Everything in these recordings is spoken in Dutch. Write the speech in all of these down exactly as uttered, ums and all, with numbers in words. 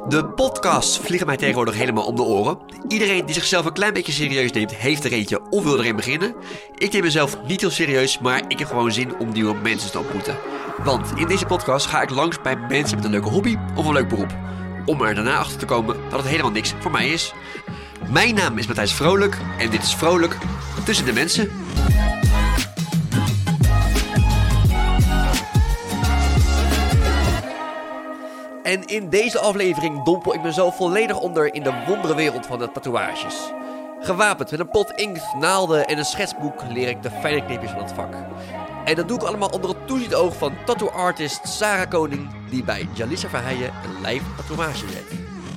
De podcasts vliegen mij tegenwoordig helemaal om de oren. Iedereen die zichzelf een klein beetje serieus neemt, heeft er eentje of wil erin beginnen. Ik neem mezelf niet heel serieus, maar ik heb gewoon zin om nieuwe mensen te ontmoeten. Want in deze podcast ga ik langs bij mensen met een leuke hobby of een leuk beroep. Om er daarna achter te komen dat het helemaal niks voor mij is. Mijn naam is Matthijs Vrolijk en dit is Vrolijk tussen de mensen. En in deze aflevering dompel ik mezelf volledig onder in de wonderenwereld van de tatoeages. Gewapend met een pot inkt, naalden en een schetsboek leer ik de fijne kneepjes van het vak. En dat doe ik allemaal onder het toezicht oog van tattoo-artist Sarah Koning, die bij Jalissa Verheijen een live tatoeage zet.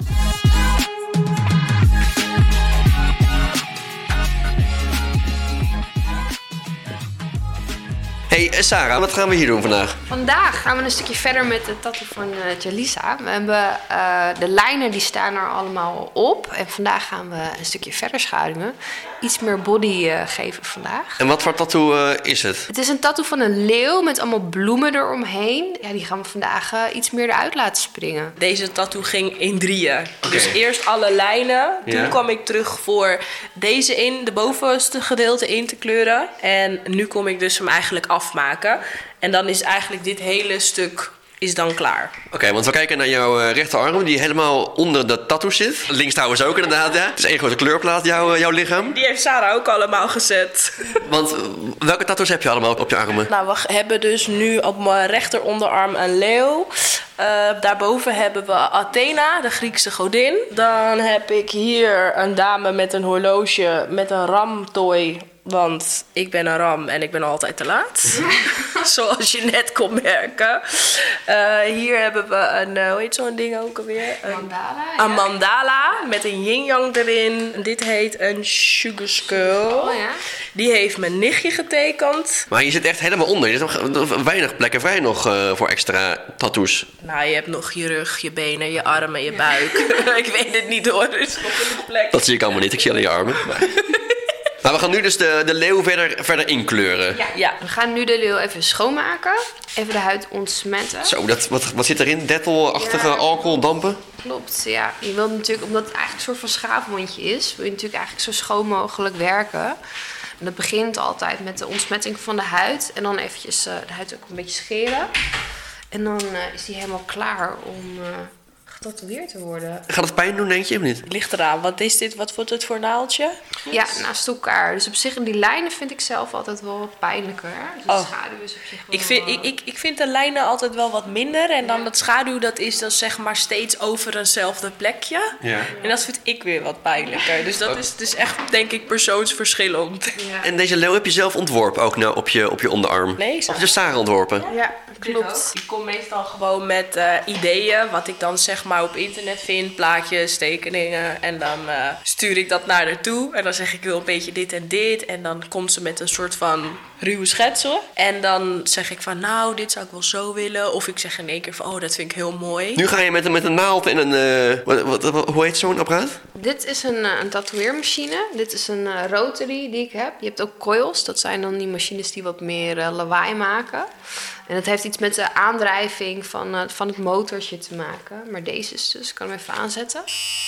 Hey Sarah, wat gaan we hier doen vandaag? Vandaag gaan we een stukje verder met de tattoo van uh, Jalissa. We hebben uh, de lijnen die staan er allemaal op. En vandaag gaan we een stukje verder schaduwen. Iets meer body uh, geven vandaag. En wat voor tattoo uh, is het? Het is een tattoo van een leeuw met allemaal bloemen eromheen. Ja, die gaan we vandaag uh, iets meer eruit laten springen. Deze tattoo ging in drieën. Okay. Dus eerst alle lijnen. Toen ja. kwam ik terug voor deze in, de bovenste gedeelte in te kleuren. En nu kom ik dus hem eigenlijk afmaken. En dan is eigenlijk dit hele stuk is dan klaar. Oké, okay, want we kijken naar jouw uh, rechterarm die helemaal onder de tattoo zit. Links trouwens ook inderdaad, ja. Het is één grote kleurplaat, jouw, uh, jouw lichaam. Die heeft Sarah ook allemaal gezet. Want uh, welke tattoos heb je allemaal op je armen? Nou, we hebben dus nu op mijn rechteronderarm een leeuw. Uh, daarboven hebben we Athena, de Griekse godin. Dan heb ik hier een dame met een horloge met een ramtooi. Want ik ben een ram en ik ben altijd te laat. Zoals je net kon merken. Uh, hier hebben we een, uh, hoe heet zo'n ding ook alweer? Een mandala. Een ja. mandala met een yin-yang erin. Dit heet een sugar skull. Oh, ja. Die heeft mijn nichtje getekend. Maar je zit echt helemaal onder. Je hebt nog weinig plekken vrij nog uh, voor extra tattoos. Nou, je hebt nog je rug, je benen, je armen, je buik. Ik weet het niet hoor, er is nog een plek. Dat zie ik allemaal niet, ik zie alleen je armen. Maar... Maar we gaan nu dus de, de leeuw verder, verder inkleuren. Ja, ja, we gaan nu de leeuw even schoonmaken. Even de huid ontsmetten. Zo, dat, wat, wat zit erin? Dettelachtige ja, alcohol, dampen? Klopt, ja. Je wilt natuurlijk, omdat het eigenlijk een soort van schaafwondje is, wil je natuurlijk eigenlijk zo schoon mogelijk werken. En dat begint altijd met de ontsmetting van de huid. En dan eventjes uh, de huid ook een beetje scheren. En dan uh, is die helemaal klaar om... Uh, getatoeëerd te worden. Gaat het pijn doen, denk je, of niet? Ligt eraan. Wat is dit? Wat wordt het voor naaldje? Ja, naast elkaar. Dus op zich, die lijnen vind ik zelf altijd wel wat pijnlijker. Dus de oh. schaduw is op zich wel... Ik vind, ik, ik, ik vind de lijnen altijd wel wat minder. En dan ja. dat schaduw, dat is dan zeg maar steeds over eenzelfde plekje. Ja. En dat vind ik weer wat pijnlijker. Dus dat is dus echt, denk ik, persoonsverschillend. Ja. En deze leeuw heb je zelf ontworpen, ook nou op je, op je onderarm? Nee. Of is Sarah ontworpen? Ja, klopt. Ik kom meestal gewoon met uh, ideeën, wat ik dan zeg maar op internet vind, plaatjes, tekeningen. En dan uh, stuur ik dat naar haar toe. En dan zeg ik, ik wil een beetje dit en dit. En dan komt ze met een soort van ruwe schetsen. En dan zeg ik van, nou, dit zou ik wel zo willen. Of ik zeg in één keer van, oh, dat vind ik heel mooi. Nu ga je met, met een naald en een... Uh, wat, wat, wat, hoe heet zo'n apparaat? Dit is een, een tatoeëermachine. Dit is een uh, rotary die ik heb. Je hebt ook coils. Dat zijn dan die machines die wat meer uh, lawaai maken. En dat heeft iets met de aandrijving van, uh, van het motortje te maken. Maar deze is dus, ik kan hem even aanzetten.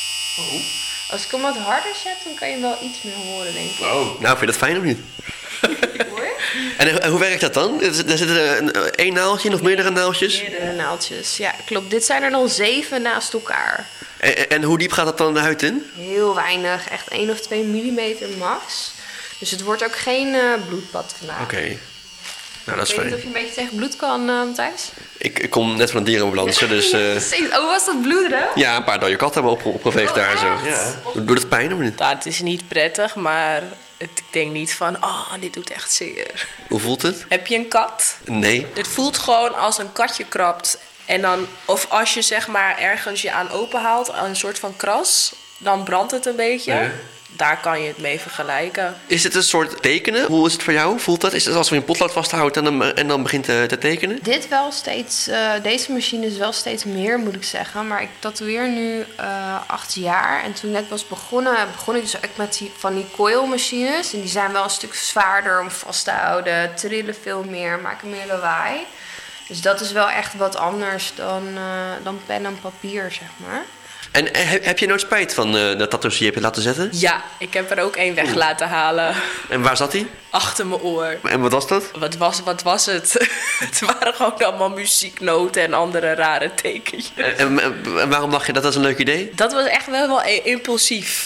Oh. Als ik hem wat harder zet, dan kan je hem wel iets meer horen, denk ik. Wow. Nou, vind je dat fijn of niet? Hoor? En, en hoe werkt dat dan? Er zit een, één naaldje in of meerdere naaldjes? Meerdere naaldjes, ja, klopt. Dit zijn er dan zeven naast elkaar. En, en hoe diep gaat dat dan de huid in? Heel weinig, echt één of twee millimeter max. Dus het wordt ook geen uh, bloedbad vandaag. Oké. Okay. Nou, dat is ik fijn. weet niet of je een beetje tegen bloed kan, uh, Matthijs? Ik, ik kom net van een dierenambulance, dus... Uh... Oh, was dat bloederen? Ja, een paar dode katten hebben op, opgeveegd oh, daar echt? zo. Ja. Doet het pijn of niet? Nou, het is niet prettig, maar het, ik denk niet van, oh, dit doet echt zeer. Hoe voelt het? Heb je een kat? Nee. Het voelt gewoon als een katje krabt. En dan, of als je zeg maar ergens je aan openhaalt, een soort van kras, dan brandt het een beetje. Nee. Daar kan je het mee vergelijken. Is het een soort tekenen? Hoe is het voor jou? Voelt dat? Is het als je een potlood vasthoudt en dan, en dan begint te, te tekenen? Dit wel steeds, uh, deze machine is wel steeds meer, moet ik zeggen. Maar ik tatoeëer nu uh, acht jaar. En toen ik net was begonnen, begon ik dus ook met die, van die coilmachines. En die zijn wel een stuk zwaarder om vast te houden. Trillen veel meer, maken meer lawaai. Dus dat is wel echt wat anders dan, uh, dan pen en papier, zeg maar. En heb, heb je nooit spijt van uh, de tattoos die je hebt laten zetten? Ja, ik heb er ook één weg laten halen. En waar zat die? Achter mijn oor. En wat was dat? Wat was, wat was het? Het waren gewoon allemaal muzieknoten en andere rare tekentjes. En, en, en waarom dacht je dat dat een leuk idee? Dat was echt wel, wel impulsief.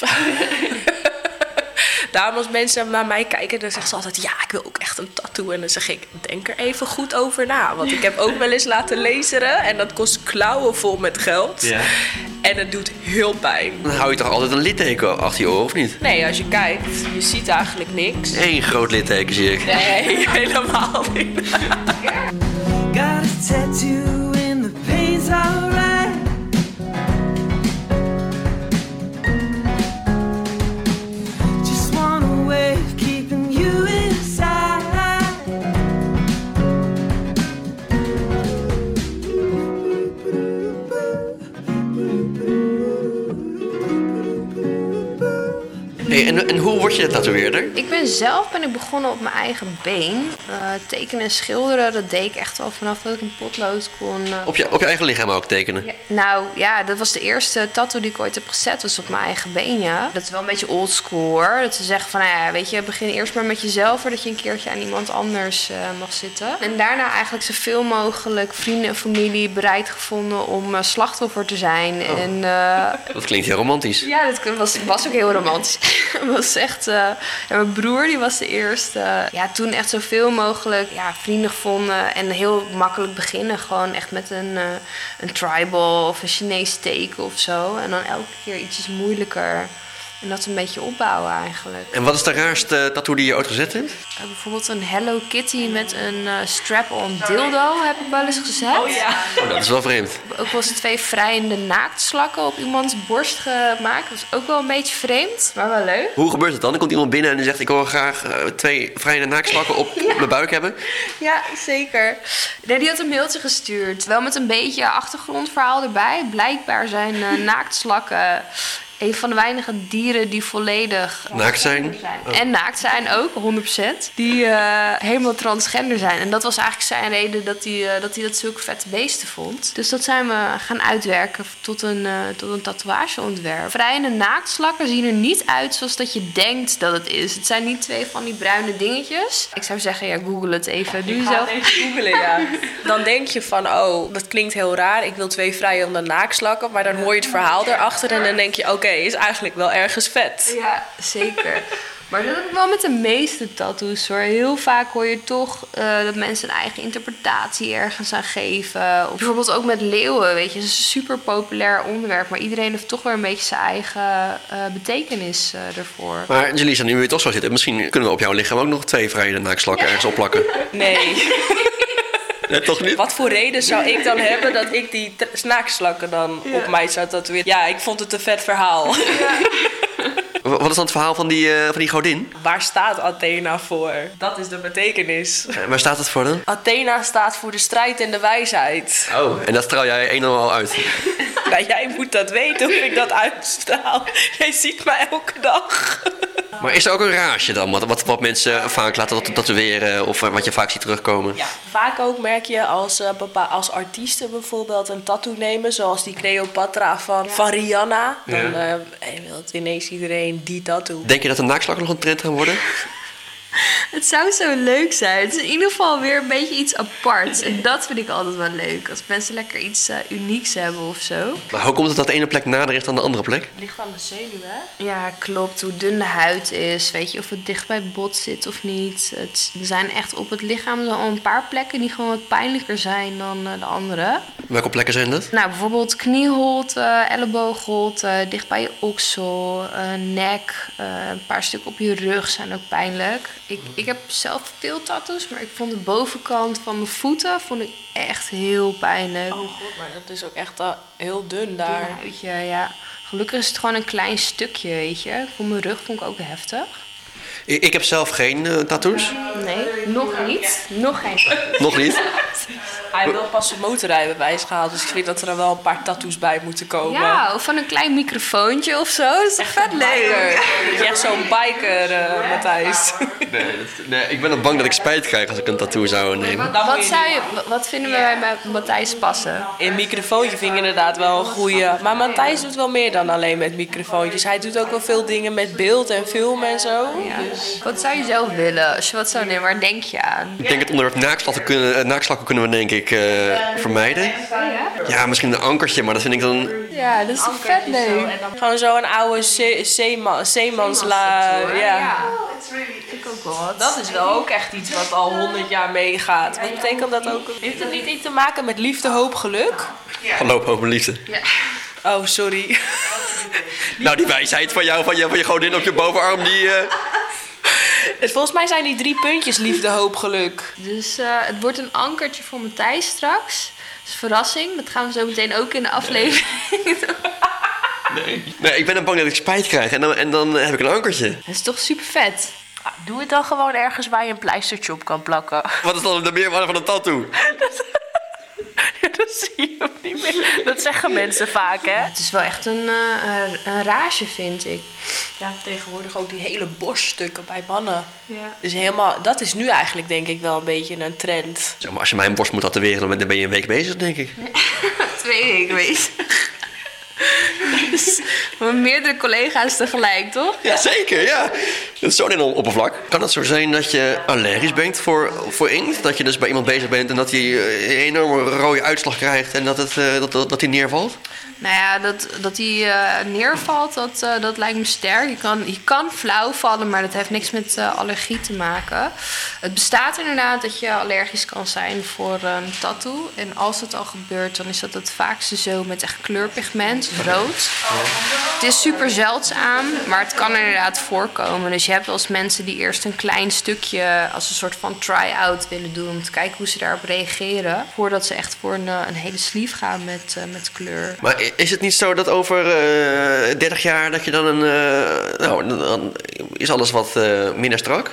Daarom als mensen naar mij kijken, dan zeggen ze altijd... ja, ik wil ook echt een tattoo. En dan zeg ik, denk er even goed over na. Want ik heb ook wel eens laten laseren. En dat kost klauwen vol met geld. Ja. En het doet heel pijn. Dan hou je toch altijd een litteken achter je oor, of niet? Nee, als je kijkt, je ziet eigenlijk niks. Eén groot litteken zie ik. Nee, helemaal niet. Got a tattoo in the pain's alright. Hey, en, en hoe word je tatoeëerder? Ik ben zelf ben ik begonnen op mijn eigen been. Uh, tekenen en schilderen, dat deed ik echt al vanaf dat ik een potlood kon. Uh... Op, je, op je eigen lichaam ook tekenen? Ja, nou ja, dat was de eerste tattoo die ik ooit heb gezet, was op mijn eigen been, ja. Dat is wel een beetje oldschool hoor. Dat ze zeggen van, nou ja, weet je, begin eerst maar met jezelf voordat je een keertje aan iemand anders uh, mag zitten. En daarna eigenlijk zoveel mogelijk vrienden en familie bereid gevonden om uh, slachtoffer te zijn. Oh. En, uh... dat klinkt heel romantisch. Ja, dat was, was ook heel romantisch. was echt, uh, ja, mijn broer die was de eerste. Uh, ja, toen echt zoveel mogelijk ja, vrienden gevonden en heel makkelijk beginnen. Gewoon echt met een, uh, een tribal of een Chinees teken of zo. En dan elke keer ietsjes moeilijker. En dat een beetje opbouwen eigenlijk. En wat is de raarste tattoo die je ooit gezet hebt? Uh, bijvoorbeeld een Hello Kitty met een uh, strap-on dildo heb ik wel eens gezet. Oh ja. Oh, dat is wel vreemd. Ook wel eens twee vrijende naaktslakken op iemands borst gemaakt. Dat is ook wel een beetje vreemd, maar wel leuk. Hoe gebeurt het dan? Er komt iemand binnen en die zegt... ik wil graag uh, twee vrijende naaktslakken op ja. mijn buik hebben. Ja, zeker. Nee, die had een mailtje gestuurd. Wel met een beetje achtergrondverhaal erbij. Blijkbaar zijn uh, naaktslakken... een van de weinige dieren die volledig... naakt zijn. zijn. Oh. En naakt zijn ook, honderd procent. Die uh, helemaal transgender zijn. En dat was eigenlijk zijn reden dat hij, uh, dat, hij dat zulke vette beesten vond. Dus dat zijn we gaan uitwerken tot een, uh, tot een tatoeageontwerp. Vrijende naaktslakken zien er niet uit zoals dat je denkt dat het is. Het zijn niet twee van die bruine dingetjes. Ik zou zeggen, ja, google het even. Doe je zelf. Even googlen, ja. Dan denk je van, oh, dat klinkt heel raar. Ik wil twee vrijende naaktslakken. Maar dan hoor je het verhaal erachter en dan denk je, oké, okay, is eigenlijk wel ergens vet. Ja, zeker. Maar dat heb ik wel met de meeste tattoos hoor. Heel vaak hoor je toch uh, dat mensen een eigen interpretatie ergens aan geven. Of bijvoorbeeld ook met leeuwen, weet je. Het is een super populair onderwerp. Maar iedereen heeft toch weer een beetje zijn eigen uh, betekenis uh, ervoor. Maar Jelisa, nu we toch zo zitten, misschien kunnen we op jouw lichaam ook nog twee vrije naaktslakken ja. ergens opplakken. Nee. Nee, toch niet? Wat voor reden zou ik dan hebben dat ik die naaktslakken dan ja. op mij zou tatoeëren? Ja, ik vond het een vet verhaal. Ja. Wat is dan het verhaal van die, uh, van die godin? Waar staat Athena voor? Dat is de betekenis. Uh, waar staat het voor dan? Athena staat voor de strijd en de wijsheid. Oh, en dat straal jij een en al uit? Nou, jij moet dat weten hoe ik dat uitstraal. Jij ziet mij elke dag. Maar is er ook een rage dan? Wat, wat, wat mensen vaak laten tatoeëren of wat je vaak ziet terugkomen? Ja, vaak ook merk je als, uh, als artiesten bijvoorbeeld een tattoo nemen. Zoals die Cleopatra van, ja. van Rihanna. Dan ja. uh, wil het ineens iedereen die tattoo. Denk je dat de naaktslakken nog een trend gaan worden? Het zou zo leuk zijn. Het is in ieder geval weer een beetje iets aparts. En dat vind ik altijd wel leuk. Als mensen lekker iets uh, unieks hebben of zo. Maar hoe komt het dat de ene plek nader is dan de andere plek? Het ligt aan de zenuw, hè? Ja, klopt. Hoe dun de huid is. Weet je, of het dicht bij het bot zit of niet. Het, er zijn echt op het lichaam zo een paar plekken die gewoon wat pijnlijker zijn dan uh, de andere. Welke plekken zijn dat? Nou, bijvoorbeeld knieholte, elleboogholte, dicht bij je oksel, uh, nek. Uh, een paar stukken op je rug zijn ook pijnlijk. Ik, ik heb zelf veel tattoos, maar ik vond de bovenkant van mijn voeten vond ik echt heel pijnlijk. Oh god, maar dat is ook echt uh, heel dun daar. Dun huidje, ja. Gelukkig is het gewoon een klein stukje, weet je. Voor mijn rug vond ik ook heftig. Ik, ik heb zelf geen uh, tattoos. Nee, nog niet. Nog geen. Nog niet? Hij heeft wel pas zijn motorrijbewijs gehaald, dus ik vind dat er er wel een paar tattoos bij moeten komen. Ja, of van een klein microfoontje of zo. Dat is toch vet leuk? Dat je echt zo'n biker, uh, Matthijs. Nee, dat, nee, ik ben dan bang dat ik spijt krijg als ik een tattoo zou nemen. Wat, wat, zou je, wat vinden wij bij Matthijs passen? Een microfoontje vind ik inderdaad wel een goeie. Maar Matthijs doet wel meer dan alleen met microfoontjes. Hij doet ook wel veel dingen met beeld en film en zo. Ja. Dus... Wat zou je zelf willen? Als je wat zou nemen, waar denk je aan? Ik denk het onderwerp naakslakken kunnen, uh, naakslakken kunnen we denk ik uh, vermijden. Ja, misschien een ankertje, maar dat vind ik dan... Ja, dat is toch vet leuk. Gewoon zo'n oude zee, zeeman, zeemansla. Ja. Ik ook wel wat. Dat is wel ook echt iets wat al honderd jaar meegaat. Wat betekent dat ook? Heeft dat niet iets te maken met liefde, hoop, geluk? Van loop, hoop en liefde. Ja. Oh, sorry. Nou, die wijsheid van jou, van je, van je godin op je bovenarm, die... Uh... Volgens mij zijn die drie puntjes liefde, hoop, geluk. Dus uh, het wordt een ankertje voor Matthijs straks. Dat is een verrassing. Dat gaan we zo meteen ook in de aflevering doen. Nee. Nee, ik ben dan bang dat ik spijt krijg en dan, en dan heb ik een ankertje. Dat is toch super vet? Doe het dan gewoon ergens waar je een pleistertje op kan plakken. Wat is dan de meerwaarde van een tattoo? Ja, dat zie je ook niet meer. Dat zeggen mensen vaak, hè? Het is wel echt een, uh, een rage, vind ik. Ja, tegenwoordig ook die hele borststukken bij mannen. Ja. Dus helemaal, dat is nu eigenlijk denk ik wel een beetje een trend. Zeg maar, als je mijn borst moet tatoeëren, dan ben je een week bezig, denk ik. Twee weken bezig. Dus, met meerdere collega's tegelijk, toch? Ja, zeker, ja. Dat is zo'n enorm oppervlak. Kan het zo zijn dat je allergisch bent voor, voor inkt? Dat je dus bij iemand bezig bent en dat hij een enorme rode uitslag krijgt en dat hij uh, dat, dat, dat neervalt? Nou ja, dat, dat hij uh, neervalt, dat, uh, dat lijkt me sterk. Je kan, je kan flauw vallen, maar dat heeft niks met uh, allergie te maken. Het bestaat inderdaad dat je allergisch kan zijn voor een tattoo. En als het al gebeurt, dan is dat het vaakste zo met echt kleurpigment, rood. Het is super zeldzaam, maar het kan inderdaad voorkomen. Dus je hebt wel eens mensen die eerst een klein stukje als een soort van try-out willen doen, om te kijken hoe ze daarop reageren, voordat ze echt voor een, een hele sleeve gaan met, uh, met kleur. Maar is het niet zo dat over uh, dertig jaar dat je dan een... Uh, nou, dan is alles wat uh, minder strak?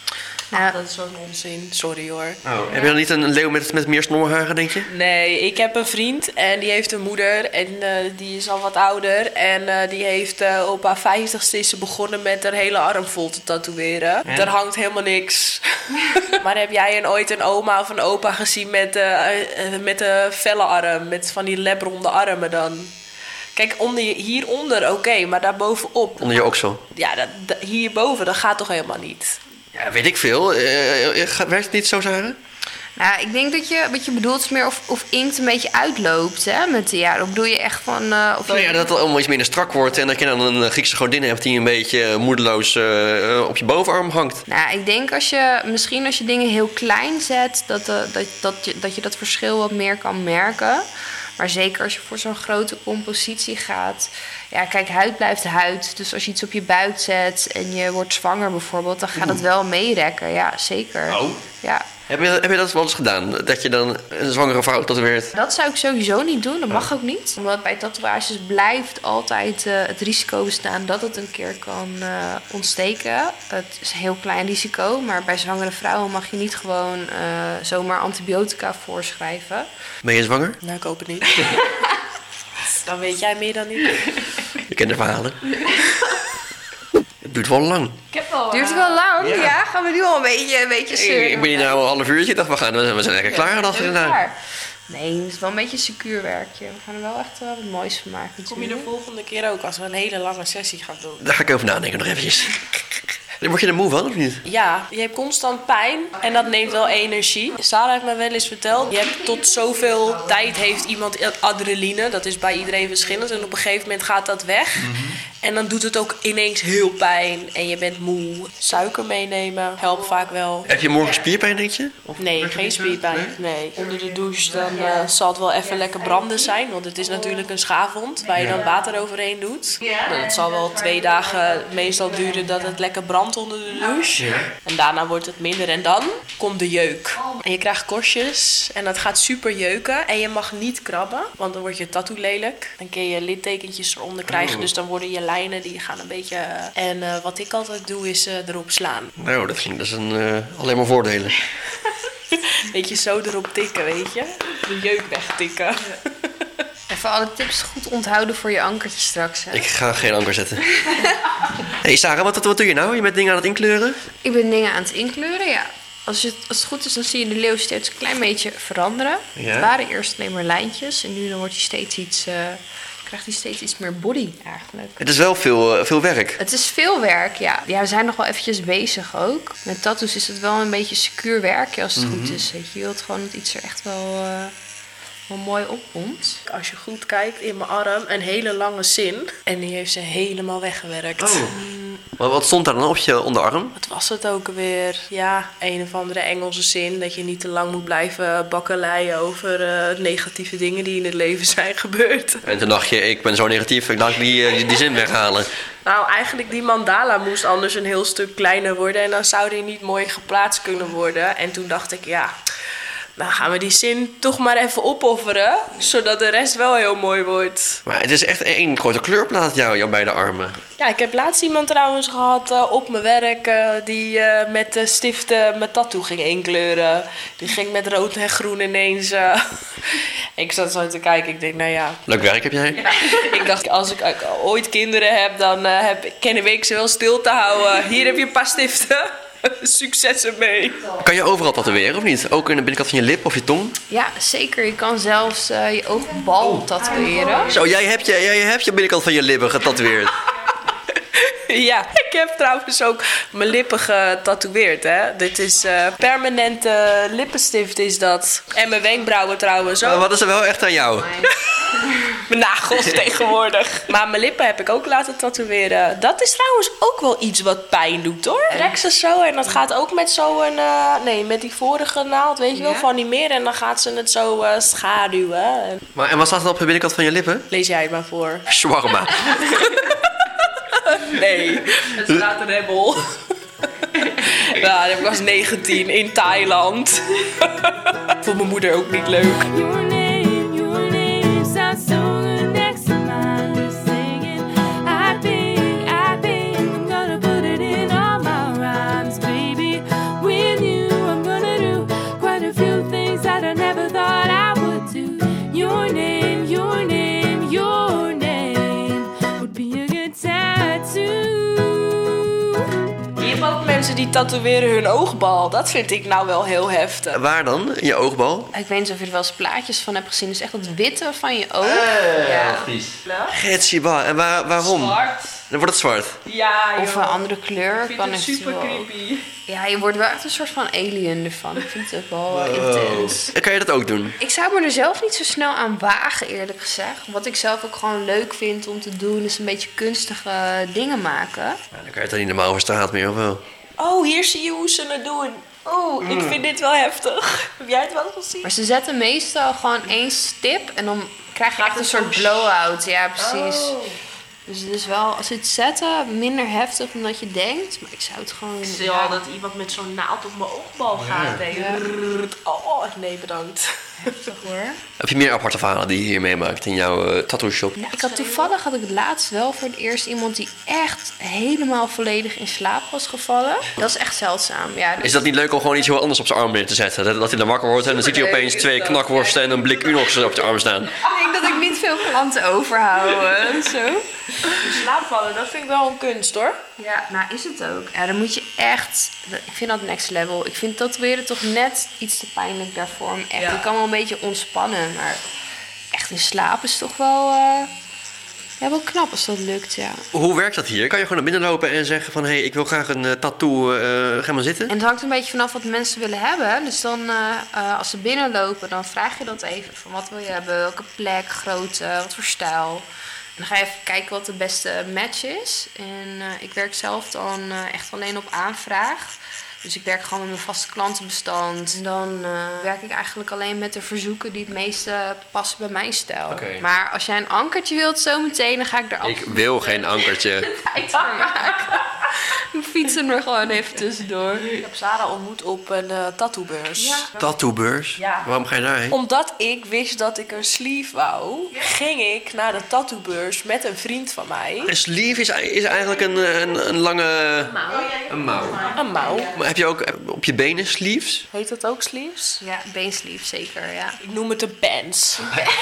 Nou, dat is zo'n onzin. Sorry hoor. Oh. Heb je dan niet een leeuw met, met meer snorharen, denk je? Nee, ik heb een vriend en die heeft een moeder en uh, die is al wat ouder. En uh, die heeft uh, op haar vijftigste is ze begonnen met haar hele arm vol te tatoeëren. En? Er hangt helemaal niks. Maar heb jij een, ooit een oma of een opa gezien met, uh, uh, met een felle arm? Met van die lebronde armen dan? Kijk, onder je, hieronder oké, okay, maar daarbovenop... Onder je oksel? Ja, dat, dat, hierboven, dat gaat toch helemaal niet? Ja, weet ik veel. Uh, werkt het niet zo, Sarah? Nou, ik denk dat je, wat je bedoelt is meer of, of inkt een beetje uitloopt, hè, met de jaren. Of bedoel je echt van... Uh, of nou je... ja, dat het allemaal iets minder strak wordt en dat je dan een Griekse godin hebt die een beetje moedeloos uh, op je bovenarm hangt. Nou, ik denk als je, misschien als je dingen heel klein zet, dat, uh, dat, dat, je, dat je dat verschil wat meer kan merken. Maar zeker als je voor zo'n grote compositie gaat. Ja, kijk, huid blijft huid. Dus als je iets op je buik zet en je wordt zwanger bijvoorbeeld, dan gaat het wel meerekken. Ja, zeker. Oh. Ja. Heb je, heb je dat wel eens gedaan? Dat je dan een zwangere vrouw tatoeëert? Dat zou ik sowieso niet doen. Dat mag ook niet. Omdat bij tatoeages blijft altijd uh, het risico bestaan dat het een keer kan uh, ontsteken. Het is een heel klein risico. Maar bij zwangere vrouwen mag je niet gewoon uh, zomaar antibiotica voorschrijven. Ben je zwanger? Nou, ik hoop het niet. Dan weet jij meer dan ik. Je kent de verhalen. Het duurt wel lang. Ik heb wel, duurt wel lang? Ja. ja, gaan we nu al een beetje, een beetje zeuren. Ik ben hier nou een half uurtje. Ik dacht, we, gaan, we zijn lekker klaar. Ja, dacht ik klaar. Nee, het is wel een beetje een secuur werkje. We gaan er wel echt uh, wat moois van maken. Kom je de volgende keer ook als we een hele lange sessie gaan doen? Daar ga ik over nadenken nog eventjes. Word je er moe van, of niet? Ja, je hebt constant pijn en dat neemt wel energie. Sarah heeft me wel eens verteld, je hebt tot zoveel tijd heeft iemand adrenaline. Dat is bij iedereen verschillend en op een gegeven moment gaat dat weg. Mm-hmm. En dan doet het ook ineens heel pijn en je bent moe. Suiker meenemen helpt vaak wel. Heb je morgen spierpijn, denk je? Of nee, geen spierpijn. Nee. Onder de douche dan uh, zal het wel even lekker branden zijn. Want het is natuurlijk een schaafwond waar je dan water overheen doet. Nou, het zal wel twee dagen meestal duren dat het lekker brandt onder de douche. En daarna wordt het minder. En dan komt de jeuk. En je krijgt korstjes en dat gaat super jeuken. En je mag niet krabben, want dan wordt je tattoo lelijk. Dan kun je littekentjes eronder krijgen. Dus dan worden je lijnen die gaan een beetje... En uh, wat ik altijd doe is uh, erop slaan. Nou, dat ging dus een, uh, alleen maar voordelen. Beetje zo erop tikken, weet je. de jeuk wegtikken. Even alle tips goed onthouden voor je ankertje straks. Hè? Ik ga geen anker zetten. Hey Sarah, wat, wat doe je nou? Je bent dingen aan het inkleuren? Ik ben dingen aan het inkleuren, ja. Als, je, als het goed is, dan zie je de leeuw steeds een klein beetje veranderen. Ja. Het waren eerst alleen maar lijntjes. En nu dan wordt hij steeds iets, uh, krijgt hij steeds iets meer body eigenlijk. Het is wel veel, uh, veel werk. Het is veel werk, ja. Ja, we zijn nog wel eventjes bezig ook. Met tattoos is het wel een beetje secuur werk als het mm-hmm. goed is. Weet je. je wilt gewoon dat iets er echt wel... Uh, wel mooi opkomt. Als je goed kijkt in mijn arm, een hele lange zin. En die heeft ze helemaal weggewerkt. Oh. Maar wat stond daar dan op je onderarm? Wat was het ook alweer? Ja, een of andere Engelse zin. Dat je niet te lang moet blijven bakkeleien over uh, negatieve dingen die in het leven zijn gebeurd. En toen dacht je, ik ben zo negatief, ik dacht die, die, die zin weghalen. Nou, eigenlijk die mandala moest anders een heel stuk kleiner worden. En dan zou die niet mooi geplaatst kunnen worden. En toen dacht ik, ja... dan gaan we die zin toch maar even opofferen, zodat de rest wel heel mooi wordt. Maar het is echt één grote kleurplaat, jou, jouw beide armen. Ja, ik heb laatst iemand trouwens gehad uh, op mijn werk... Uh, die uh, met de stiften mijn tattoo ging inkleuren. Die ging met rood en groen ineens... Uh, ik zat zo te kijken, ik denk, nou ja... Leuk werk heb jij. Ja, ik dacht, als ik uh, ooit kinderen heb, dan uh, heb, kennen we ik ze wel stil te houden. Hier heb je een paar stiften. Succes ermee. Kan je overal tatoeëren of niet? Ook in de binnenkant van je lip of je tong? Ja, zeker. Je kan zelfs uh, je oogbal tatoeëren. Zo, jij hebt je, jij hebt je binnenkant van je lippen getatoeëerd. Ja, ik heb trouwens ook mijn lippen getatoeëerd, hè. Dit is uh, permanente lippenstift is dat. En mijn wenkbrauwen trouwens ook. Maar wat is er wel echt aan jou? Mijn nagels tegenwoordig. Maar mijn lippen heb ik ook laten tatoeëren. Dat is trouwens ook wel iets wat pijn doet, hoor. Rechts of zo. En dat gaat ook met zo'n... Uh, nee, met die vorige naald, weet je wel, ja. van die meer. En dan gaat ze het zo uh, schaduwen. En... Maar, en wat staat er op de binnenkant van je lippen? Lees jij het maar voor. Shawarma. Nee, het staat een rebel. Ja, ik was negentien in Thailand. Vond mijn moeder ook niet leuk. Your name, your name sounds so good next to mine. Singing, I think, I think I'm gonna put it in all my rhymes, baby. With you, I'm gonna do quite a few things that I never thought I would do. Your name, your name, your name would be a good tattoo. Je hebt ook mensen die tatoeëren hun oogbal. Dat vind ik nou wel heel heftig. Waar dan? In je oogbal? Ik weet niet of je er wel eens plaatjes van hebt gezien. Dus echt dat witte van je oog. Uh, ja. Getsieba. En waar, waarom? Zwart. Dan wordt het zwart. Ja, joh. Of een andere kleur. Ik vind kan het super eventueel ook. creepy. Ja, je wordt wel echt een soort van alien ervan. Ik vind het ook wel intens. En kan je dat ook doen? Ik zou me er zelf niet zo snel aan wagen, eerlijk gezegd. Wat ik zelf ook gewoon leuk vind om te doen, is een beetje kunstige dingen maken. Ja, dan kan je het dan niet normaal over straat meer, of wel? Oh, hier zie je hoe ze het doen. Oh, ik vind dit wel heftig. Heb jij het wel gezien? Maar ze zetten meestal gewoon één stip en dan krijg je echt een soort blow-out. Ja, precies. Oh. Dus het is wel, als ze het zetten, minder heftig dan dat je denkt. Maar ik zou het gewoon... Ik zie al dat iemand met zo'n naald op mijn oogbal gaat. Denk. Ja. Oh, nee, bedankt. heftig hoor. Heb je meer aparte verhalen die je hier meemaakt in jouw uh, tattoo shop? Ja, ik had toevallig had ik het laatst wel voor het eerst iemand die echt helemaal volledig in slaap was gevallen. Dat is echt zeldzaam. Ja, dus... Is dat niet leuk om gewoon iets heel anders op zijn arm neer te zetten? Dat, dat hij dan wakker wordt en dan ziet hij opeens twee knakworsten en een blik Unox op je arm staan. Ik denk dat ik niet veel klanten overhoud. Zo. In slaap vallen, dat vind ik wel een kunst hoor. Ja, nou is het ook. Ja, dan moet je echt... Ik vind dat next level. Ik vind tatoeëren toch net iets te pijnlijk daarvoor. Echt, Ja. je kan wel een beetje ontspannen, maar echt in slaap is toch wel... Uh... Ja, wel knap als dat lukt, ja. Hoe werkt dat hier? Kan je gewoon naar binnen lopen en zeggen van... hé, hey, ik wil graag een uh, tattoo, uh, ga maar zitten? En het hangt een beetje vanaf wat mensen willen hebben. Dus dan, uh, uh, als ze binnenlopen, dan vraag je dat even. Van wat wil je hebben, welke plek, grootte, wat voor stijl. En dan ga je even kijken wat de beste match is. En uh, ik werk zelf dan uh, echt alleen op aanvraag. Dus ik werk gewoon met mijn vaste klantenbestand. En dan uh, werk ik eigenlijk alleen met de verzoeken die het meeste passen bij mijn stijl. Oké. Maar als jij een ankertje wilt zometeen, dan ga ik er af. Ik wil geen ankertje. tijd voor maken. We fietsen er gewoon even tussendoor. Ik heb Sarah ontmoet op een uh, tattoobeurs. Ja. Tattooebeurs? Ja. Waarom ga je daarheen? Omdat ik wist dat ik een sleeve wou, ging ik naar de tattoobeurs met een vriend van mij. Een sleeve is, is eigenlijk een, een, een lange... Een mouw. Een mouw. Maar heb je ook op je benen sleeves? Heet dat ook sleeves? Ja, beensleeve zeker, ja. Ik noem het een pants.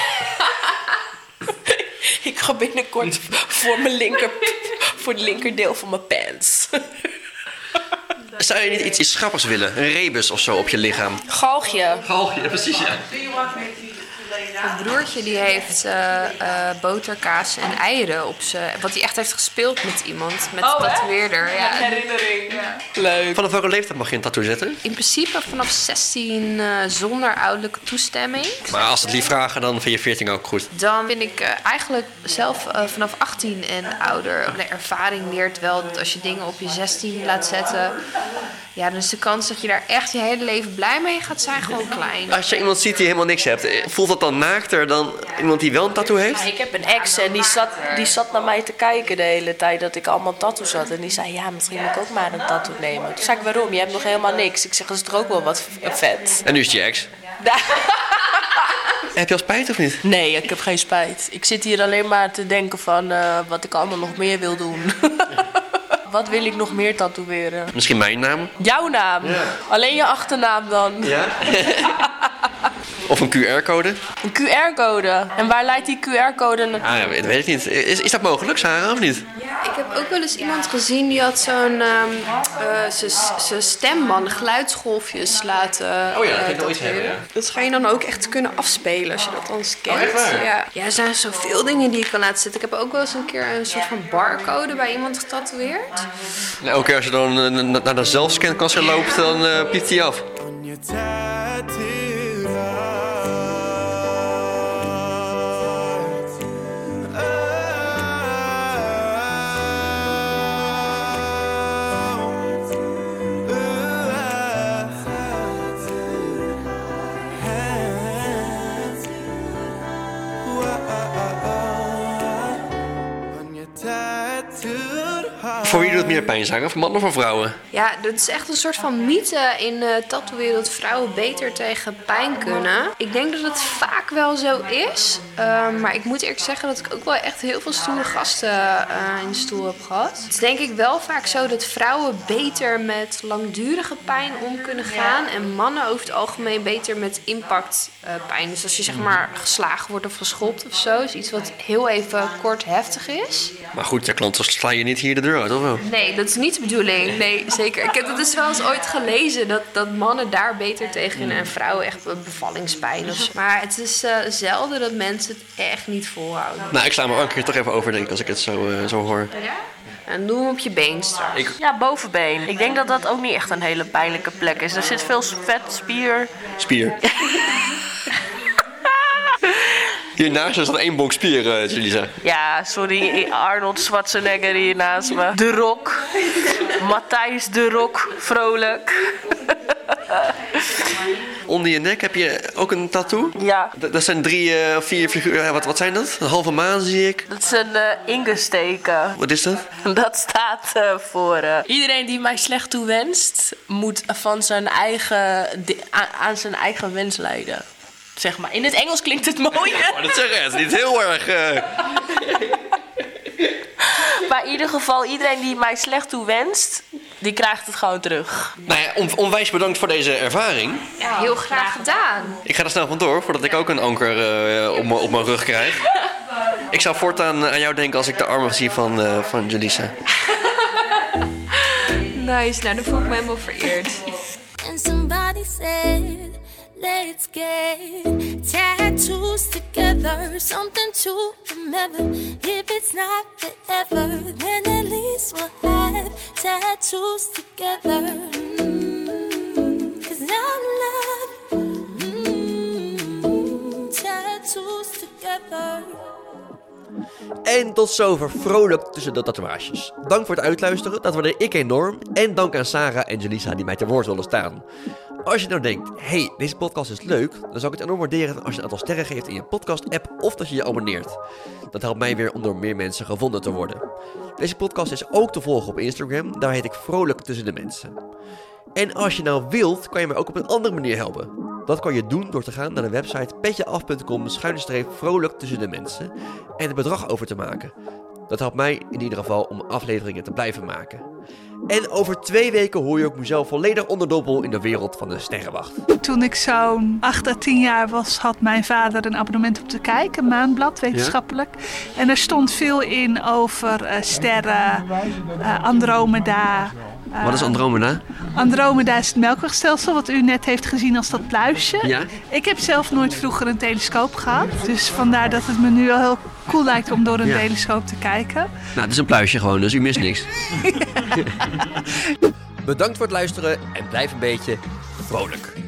Ik ga binnenkort voor mijn linker, voor het linkerdeel van mijn pants. Zou je niet iets, iets grappigs willen? Een rebus of zo op je lichaam? Galgje. Oh, ja, precies, ja. Mijn broertje die heeft uh, uh, boterkaas en eieren op zijn... Wat hij echt heeft gespeeld met iemand, met Oh, de hè? tatoeëerder. Ja. Herinnering. Ja. Leuk. Vanaf welke leeftijd mag je een tattoo zetten? In principe vanaf zestien uh, zonder ouderlijke toestemming. Maar als ze het lief vragen, dan vind je veertien ook goed. Dan vind ik uh, eigenlijk zelf uh, vanaf achttien en ouder. De ervaring leert wel dat als je dingen op je zestien laat zetten... Ja, dan is de kans dat je daar echt je hele leven blij mee gaat zijn gewoon klein. Als je iemand ziet die helemaal niks hebt, voelt dat dan naakter dan iemand die wel een tattoo heeft? Ja, ik heb een ex en die zat, die zat naar mij te kijken de hele tijd dat ik allemaal tattoos had. En die zei, ja, misschien moet ik ook maar een tattoo nemen. Toen zei ik, waarom? Je hebt nog helemaal niks. Ik zeg, dat is toch ook wel wat vet? En nu is het je ex. Heb je al spijt of niet? Nee, ik heb geen spijt. Ik zit hier alleen maar te denken van uh, wat ik allemaal nog meer wil doen. Wat wil ik nog meer tatoeëren? Misschien mijn naam? Jouw naam. Ja. Alleen je achternaam dan. Ja. Of een Q R-code? Een Q R-code. En waar leidt die Q R-code naartoe? Ah, ja, dat weet ik niet. Is, is dat mogelijk, Sarah, of niet? Ja, ik heb ook wel eens iemand gezien die had zo'n... Um, uh, zijn stembanden, geluidsgolfjes laten Oh ja, dat uh, kan je nooit hebben, ja. Dat ga je dan ook echt kunnen afspelen als je dat dan scant. Oh, echt waar? Ja. Ja, er zijn zoveel dingen die je kan laten zitten. Ik heb ook wel eens een keer een soort van barcode bij iemand getatoeëerd. Nou, elke keer als je dan uh, naar de zelfscankassa loopt, dan uh, piept hij af. Voor wie doet het meer pijn, Sarah? Voor mannen of voor vrouwen? Ja, dat is echt een soort van mythe in de tattoo-wereld dat vrouwen beter tegen pijn kunnen. Ik denk dat het vaak wel zo is. Uh, maar ik moet eerlijk zeggen dat ik ook wel echt heel veel stoere gasten uh, in de stoel heb gehad. Het is denk ik wel vaak zo dat vrouwen beter met langdurige pijn om kunnen gaan. En mannen over het algemeen beter met impactpijn. Uh, dus als je zeg maar geslagen wordt of geschopt of zo. Is iets wat heel even kort heftig is. Maar goed, de klanten sla je niet hier de deur uit, of wel? Nee, dat is niet de bedoeling. Nee, zeker. Ik heb het dus wel eens ooit gelezen dat, dat mannen daar beter tegen kunnen en vrouwen echt bevallingspijn of zo. Maar het is uh, zelden dat mensen het echt niet volhouden. Nou, ik sla me een keer toch even over, denk ik, als ik het zo, uh, zo hoor. Ja? En doe hem op je been straks. Ik... Ja, bovenbeen. Ik denk dat dat ook niet echt een hele pijnlijke plek is. Er zit veel vet, spier. Spier. Hiernaast is er één bonk spier, uh, Julissa. Ja, sorry, Arnold Schwarzenegger hier naast me. De Rock. Matthijs de Rock, vrolijk. Onder je nek heb je ook een tattoo? Ja. D- dat zijn drie of uh, vier figuren. Wat, wat zijn dat? Een halve maan zie ik. Dat is een uh, ingesteken. Wat is dat? Dat staat uh, voor... Uh, iedereen die mij slecht toewenst, moet van zijn eigen, di- aan, aan zijn eigen wens leiden. Zeg maar. In het Engels klinkt het mooi. Oh, dat zeg je. Het is niet heel erg... Uh... Maar in ieder geval, iedereen die mij slecht toewenst, die krijgt het gewoon terug. Nou ja, on- onwijs bedankt voor deze ervaring. Ja, heel graag gedaan. Ik ga er snel vandoor, voordat ik ook een anker uh, op, m- op mijn rug krijg. Ik zou voortaan aan jou denken als ik de armen zie van, uh, van Julissa. Nice, nou dan voel ik me helemaal vereerd. And somebody said, let's get tattoos together, something to remember. If it's not forever, then at least we'll have tattoos together. Mm, 'cause I'm love, mm, tattoos together. En tot zover vrolijk tussen de tatoeages. Dank voor het uitluisteren, dat waardeer ik enorm. En dank aan Sarah en Julissa die mij te woord willen staan. Als je nou denkt, hey, deze podcast is leuk, dan zou ik het enorm waarderen als je een aantal sterren geeft in je podcast-app of dat je je abonneert. Dat helpt mij weer om door meer mensen gevonden te worden. Deze podcast is ook te volgen op Instagram. Daar heet ik Vrolijk Tussen de Mensen. En als je nou wilt, kan je mij ook op een andere manier helpen. Dat kan je doen door te gaan naar de website petjeaf.com schuine streep vrolijk tussen de mensen en het bedrag over te maken. Dat helpt mij in ieder geval om afleveringen te blijven maken. En over twee weken hoor je ook mezelf volledig onderdompel in de wereld van de sterrenwacht. Toen ik zo'n acht à tien jaar was, had mijn vader een abonnement op de Kijk, een maandblad, wetenschappelijk. Ja? En er stond veel in over uh, sterren, uh, Andromeda. Uh, Wat is Andromeda? Andromeda is het melkwegstelsel, wat u net heeft gezien als dat pluisje. Ja? Ik heb zelf nooit vroeger een telescoop gehad. Dus vandaar dat het me nu al heel cool lijkt om door een ja. telescoop te kijken. Nou, het is een pluisje gewoon, dus u mist niks. Bedankt voor het luisteren en blijf een beetje vrolijk.